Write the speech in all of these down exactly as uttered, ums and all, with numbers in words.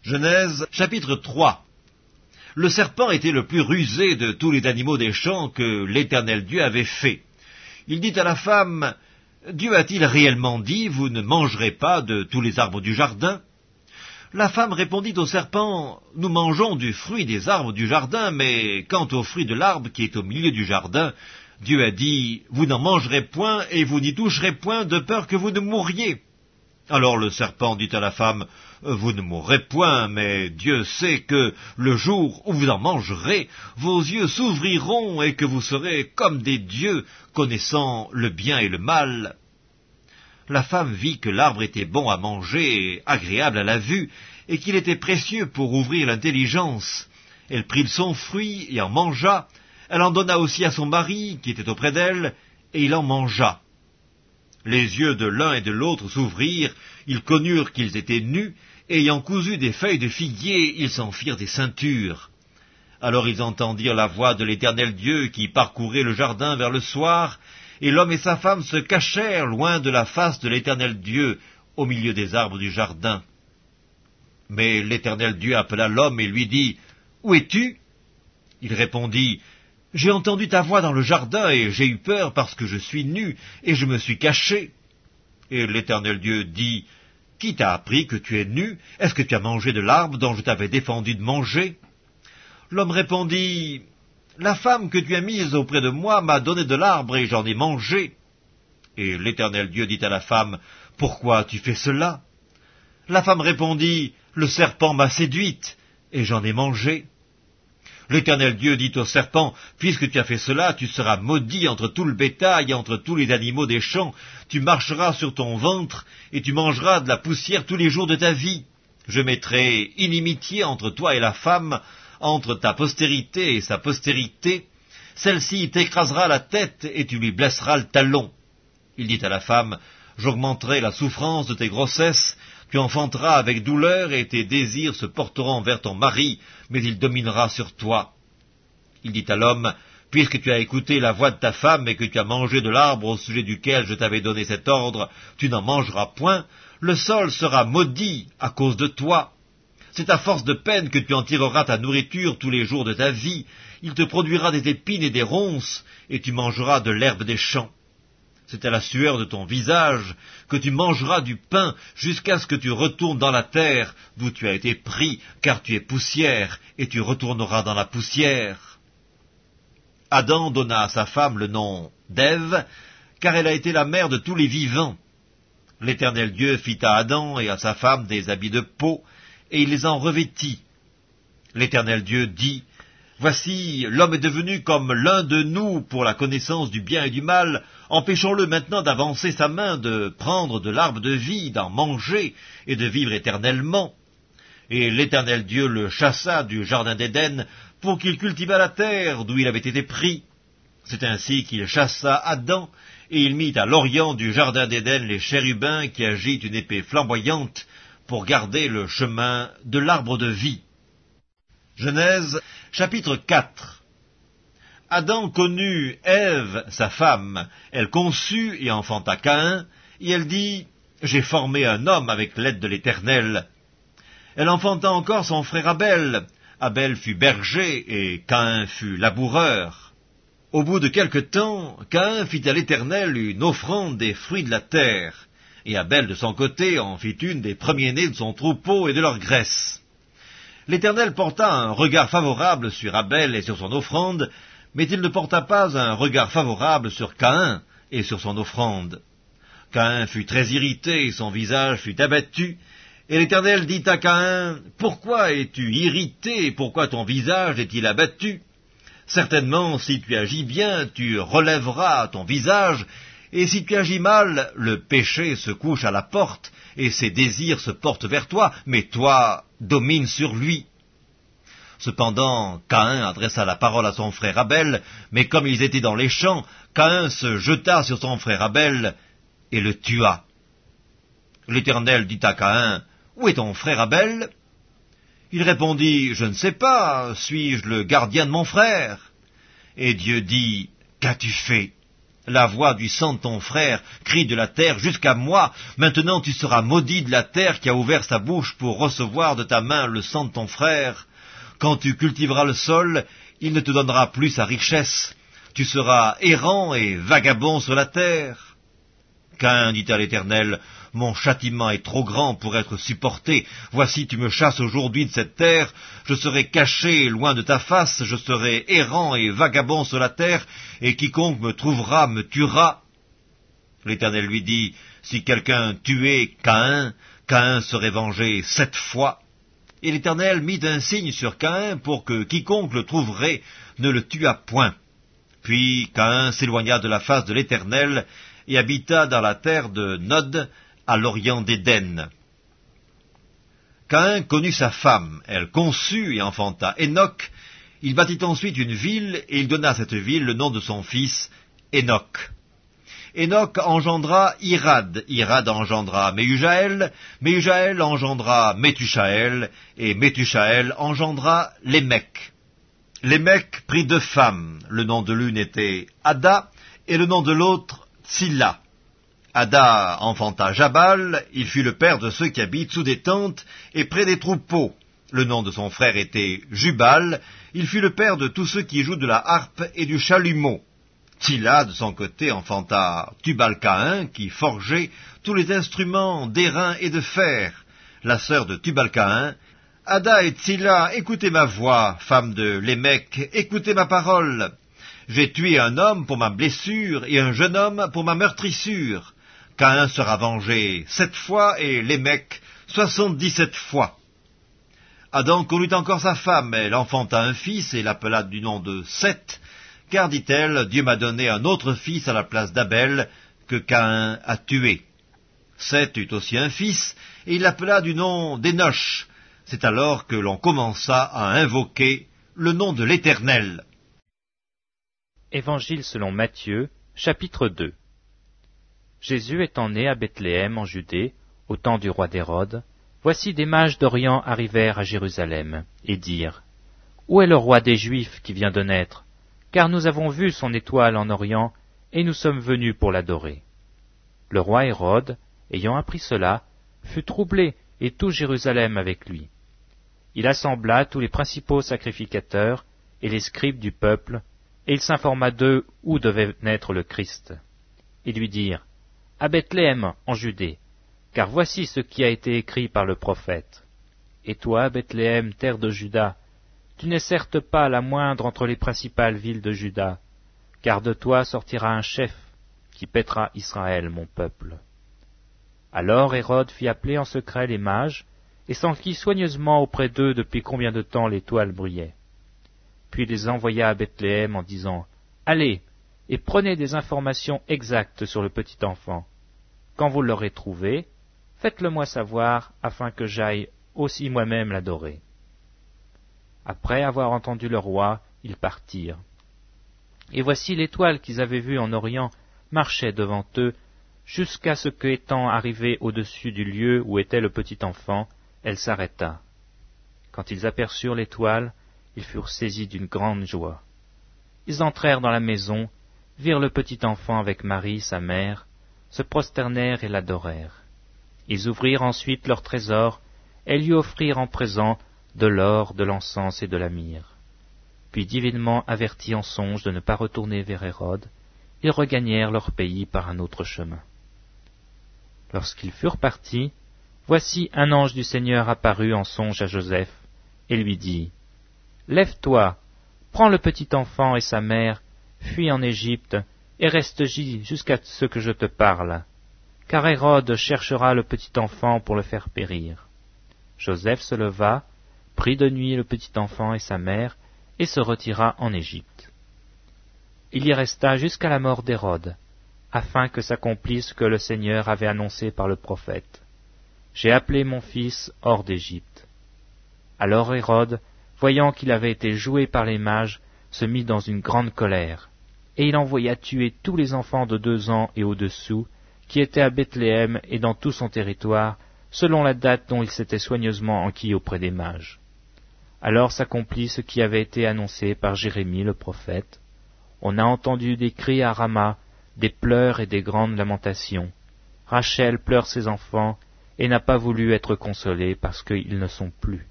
Genèse, chapitre trois. Le serpent était le plus rusé de tous les animaux des champs que l'Éternel Dieu avait fait. Il dit à la femme, « Dieu a-t-il réellement dit, vous ne mangerez pas de tous les arbres du jardin ?» La femme répondit au serpent, « Nous mangeons du fruit des arbres du jardin, mais quant au fruit de l'arbre qui est au milieu du jardin, Dieu a dit, vous n'en mangerez point et vous n'y toucherez point de peur que vous ne mouriez. » Alors le serpent dit à la femme, « Vous ne mourrez point, mais Dieu sait que le jour où vous en mangerez, vos yeux s'ouvriront et que vous serez comme des dieux, connaissant le bien et le mal. » La femme vit que l'arbre était bon à manger et agréable à la vue, et qu'il était précieux pour ouvrir l'intelligence. Elle prit son fruit et en mangea. Elle en donna aussi à son mari, qui était auprès d'elle, et il en mangea. Les yeux de l'un et de l'autre s'ouvrirent, ils connurent qu'ils étaient nus, et ayant cousu des feuilles de figuier, ils s'en firent des ceintures. Alors ils entendirent la voix de l'Éternel Dieu qui parcourait le jardin vers le soir, et l'homme et sa femme se cachèrent loin de la face de l'Éternel Dieu, au milieu des arbres du jardin. Mais l'Éternel Dieu appela l'homme et lui dit, « Où es-tu » Il répondit, « J'ai entendu ta voix dans le jardin, et j'ai eu peur parce que je suis nu, et je me suis caché. » Et l'Éternel Dieu dit, « Qui t'a appris que tu es nu? Est-ce que tu as mangé de l'arbre dont je t'avais défendu de manger ?» L'homme répondit, « La femme que tu as mise auprès de moi m'a donné de l'arbre, et j'en ai mangé. » Et l'Éternel Dieu dit à la femme, « Pourquoi as-tu fait cela ?» La femme répondit, « Le serpent m'a séduite, et j'en ai mangé. » L'Éternel Dieu dit au serpent, « Puisque tu as fait cela, tu seras maudit entre tout le bétail et entre tous les animaux des champs. Tu marcheras sur ton ventre, et tu mangeras de la poussière tous les jours de ta vie. Je mettrai inimitié entre toi et la femme, entre ta postérité et sa postérité. Celle-ci t'écrasera la tête, et tu lui blesseras le talon. » Il dit à la femme, « J'augmenterai la souffrance de tes grossesses. Tu enfanteras avec douleur, et tes désirs se porteront vers ton mari, mais il dominera sur toi. » Il dit à l'homme, « Puisque tu as écouté la voix de ta femme, et que tu as mangé de l'arbre au sujet duquel je t'avais donné cet ordre, tu n'en mangeras point, le sol sera maudit à cause de toi. C'est à force de peine que tu en tireras ta nourriture tous les jours de ta vie. Il te produira des épines et des ronces, et tu mangeras de l'herbe des champs. C'est à la sueur de ton visage que tu mangeras du pain jusqu'à ce que tu retournes dans la terre d'où tu as été pris, car tu es poussière, et tu retourneras dans la poussière. » Adam donna à sa femme le nom d'Ève, car elle a été la mère de tous les vivants. L'Éternel Dieu fit à Adam et à sa femme des habits de peau, et il les en revêtit. L'Éternel Dieu dit, « Voici, l'homme est devenu comme l'un de nous pour la connaissance du bien et du mal. Empêchons-le maintenant d'avancer sa main, de prendre de l'arbre de vie, d'en manger et de vivre éternellement. » Et l'Éternel Dieu le chassa du jardin d'Éden pour qu'il cultivât la terre d'où il avait été pris. C'est ainsi qu'il chassa Adam, et il mit à l'orient du jardin d'Éden les chérubins qui agitent une épée flamboyante pour garder le chemin de l'arbre de vie. Genèse, chapitre quatre. Adam connut Ève, sa femme. Elle conçut et enfanta Caïn, et elle dit, « J'ai formé un homme avec l'aide de l'Éternel. » Elle enfanta encore son frère Abel. Abel fut berger, et Caïn fut laboureur. Au bout de quelque temps, Caïn fit à l'Éternel une offrande des fruits de la terre, et Abel de son côté en fit une des premiers-nés de son troupeau et de leur graisse. L'Éternel porta un regard favorable sur Abel et sur son offrande, mais il ne porta pas un regard favorable sur Caïn et sur son offrande. Caïn fut très irrité, et son visage fut abattu, et l'Éternel dit à Caïn, « Pourquoi es-tu irrité, et pourquoi ton visage est-il abattu? Certainement, si tu agis bien, tu relèveras ton visage, et si tu agis mal, le péché se couche à la porte, et ses désirs se portent vers toi, mais toi, domine sur lui. » Cependant, Caïn adressa la parole à son frère Abel, mais comme ils étaient dans les champs, Caïn se jeta sur son frère Abel et le tua. L'Éternel dit à Caïn, « Où est ton frère Abel ?» Il répondit, « Je ne sais pas, suis-je le gardien de mon frère ?» Et Dieu dit, « Qu'as-tu fait » La voix du sang de ton frère crie de la terre jusqu'à moi. Maintenant tu seras maudit de la terre qui a ouvert sa bouche pour recevoir de ta main le sang de ton frère. Quand tu cultiveras le sol, il ne te donnera plus sa richesse. Tu seras errant et vagabond sur la terre. Caïn dit à l'Éternel, mon châtiment est trop grand pour être supporté. Voici, tu me chasses aujourd'hui de cette terre. Je serai caché loin de ta face. Je serai errant et vagabond sur la terre, et quiconque me trouvera me tuera. L'Éternel lui dit, si quelqu'un tuait Caïn, Caïn serait vengé sept fois. Et l'Éternel mit un signe sur Caïn pour que quiconque le trouverait ne le tuât point. Puis Caïn s'éloigna de la face de l'Éternel et habita dans la terre de Nod, à l'orient d'Éden. Caïn connut sa femme, elle conçut et enfanta Enoch. Il bâtit ensuite une ville, et il donna à cette ville le nom de son fils, Enoch. Enoch engendra Irad, Irad engendra Méhujaël, Méhujaël engendra Métushaël, et Métushaël engendra Lémec. Lémec prit deux femmes, le nom de l'une était Ada, et le nom de l'autre Tsilla. Ada enfanta Jabal, il fut le père de ceux qui habitent sous des tentes et près des troupeaux. Le nom de son frère était Jubal, il fut le père de tous ceux qui jouent de la harpe et du chalumeau. Tsilla, de son côté, enfanta Tubal-Caïn, qui forgeait tous les instruments d'airain et de fer. La sœur de Tubal-Caïn, Ada et Tsilla, écoutez ma voix, femme de Lémec, écoutez ma parole. J'ai tué un homme pour ma blessure et un jeune homme pour ma meurtrissure. Caïn sera vengé sept fois et Lémec soixante-dix-sept fois. Adam connut encore sa femme, elle enfanta un fils et l'appela du nom de Seth, car, dit-elle, Dieu m'a donné un autre fils à la place d'Abel que Caïn a tué. Seth eut aussi un fils, et il l'appela du nom d'Énoch. C'est alors que l'on commença à invoquer le nom de l'Éternel. Évangile selon Matthieu, chapitre deux. Jésus étant né à Bethléem en Judée, au temps du roi d'Hérode, voici des mages d'Orient arrivèrent à Jérusalem, et dirent, « Où est le roi des Juifs qui vient de naître? Car nous avons vu son étoile en Orient, et nous sommes venus pour l'adorer. » Le roi Hérode, ayant appris cela, fut troublé, et tout Jérusalem avec lui. Il assembla tous les principaux sacrificateurs et les scribes du peuple, et il s'informa d'eux où devait naître le Christ. Ils lui dirent, « À Bethléem, en Judée, car voici ce qui a été écrit par le prophète. Et toi, Bethléem, terre de Juda, tu n'es certes pas la moindre entre les principales villes de Juda, car de toi sortira un chef qui paîtra Israël, mon peuple. » Alors Hérode fit appeler en secret les mages, et s'enquit soigneusement auprès d'eux depuis combien de temps l'étoile brillait. Puis il les envoya à Bethléem en disant, « Allez, et prenez des informations exactes sur le petit enfant. Quand vous l'aurez trouvé, faites-le-moi savoir, afin que j'aille aussi moi-même l'adorer. » Après avoir entendu le roi, ils partirent. Et voici l'étoile qu'ils avaient vue en Orient marchait devant eux, jusqu'à ce que, étant arrivée au-dessus du lieu où était le petit enfant, elle s'arrêta. Quand ils aperçurent l'étoile, ils furent saisis d'une grande joie. Ils entrèrent dans la maison, virent le petit enfant avec Marie, sa mère, se prosternèrent et l'adorèrent. Ils ouvrirent ensuite leur trésor et lui offrirent en présent de l'or, de l'encens et de la myrrhe. Puis, divinement avertis en songe de ne pas retourner vers Hérode, ils regagnèrent leur pays par un autre chemin. Lorsqu'ils furent partis, voici un ange du Seigneur apparut en songe à Joseph, et lui dit, « Lève-toi, prends le petit enfant et sa mère, fuis en Égypte, et reste-y jusqu'à ce que je te parle, car Hérode cherchera le petit enfant pour le faire périr. » Joseph se leva, prit de nuit le petit enfant et sa mère, et se retira en Égypte. Il y resta jusqu'à la mort d'Hérode, afin que s'accomplisse ce que le Seigneur avait annoncé par le prophète. « J'ai appelé mon fils hors d'Égypte. » Alors Hérode, voyant qu'il avait été joué par les mages, se mit dans une grande colère, et il envoya tuer tous les enfants de deux ans et au-dessous, qui étaient à Bethléem et dans tout son territoire, selon la date dont il s'était soigneusement enquis auprès des mages. Alors s'accomplit ce qui avait été annoncé par Jérémie le prophète. On a entendu des cris à Rama, des pleurs et des grandes lamentations. Rachel pleure ses enfants et n'a pas voulu être consolée parce qu'ils ne sont plus.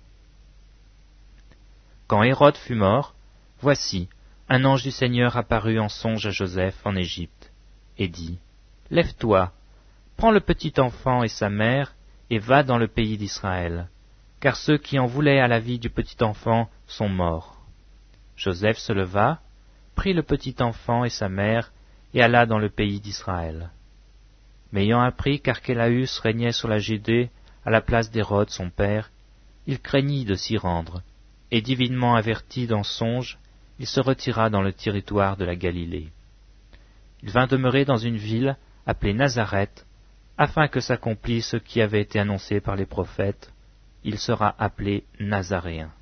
Quand Hérode fut mort, voici, un ange du Seigneur apparut en songe à Joseph en Égypte, et dit, « Lève-toi, prends le petit enfant et sa mère, et va dans le pays d'Israël, car ceux qui en voulaient à la vie du petit enfant sont morts. » Joseph se leva, prit le petit enfant et sa mère, et alla dans le pays d'Israël. Mais ayant appris qu'Archélaüs régnait sur la Judée à la place d'Hérode son père, il craignit de s'y rendre, et divinement averti dans songe, il se retira dans le territoire de la Galilée. Il vint demeurer dans une ville appelée Nazareth, afin que s'accomplisse ce qui avait été annoncé par les prophètes, il sera appelé Nazaréen.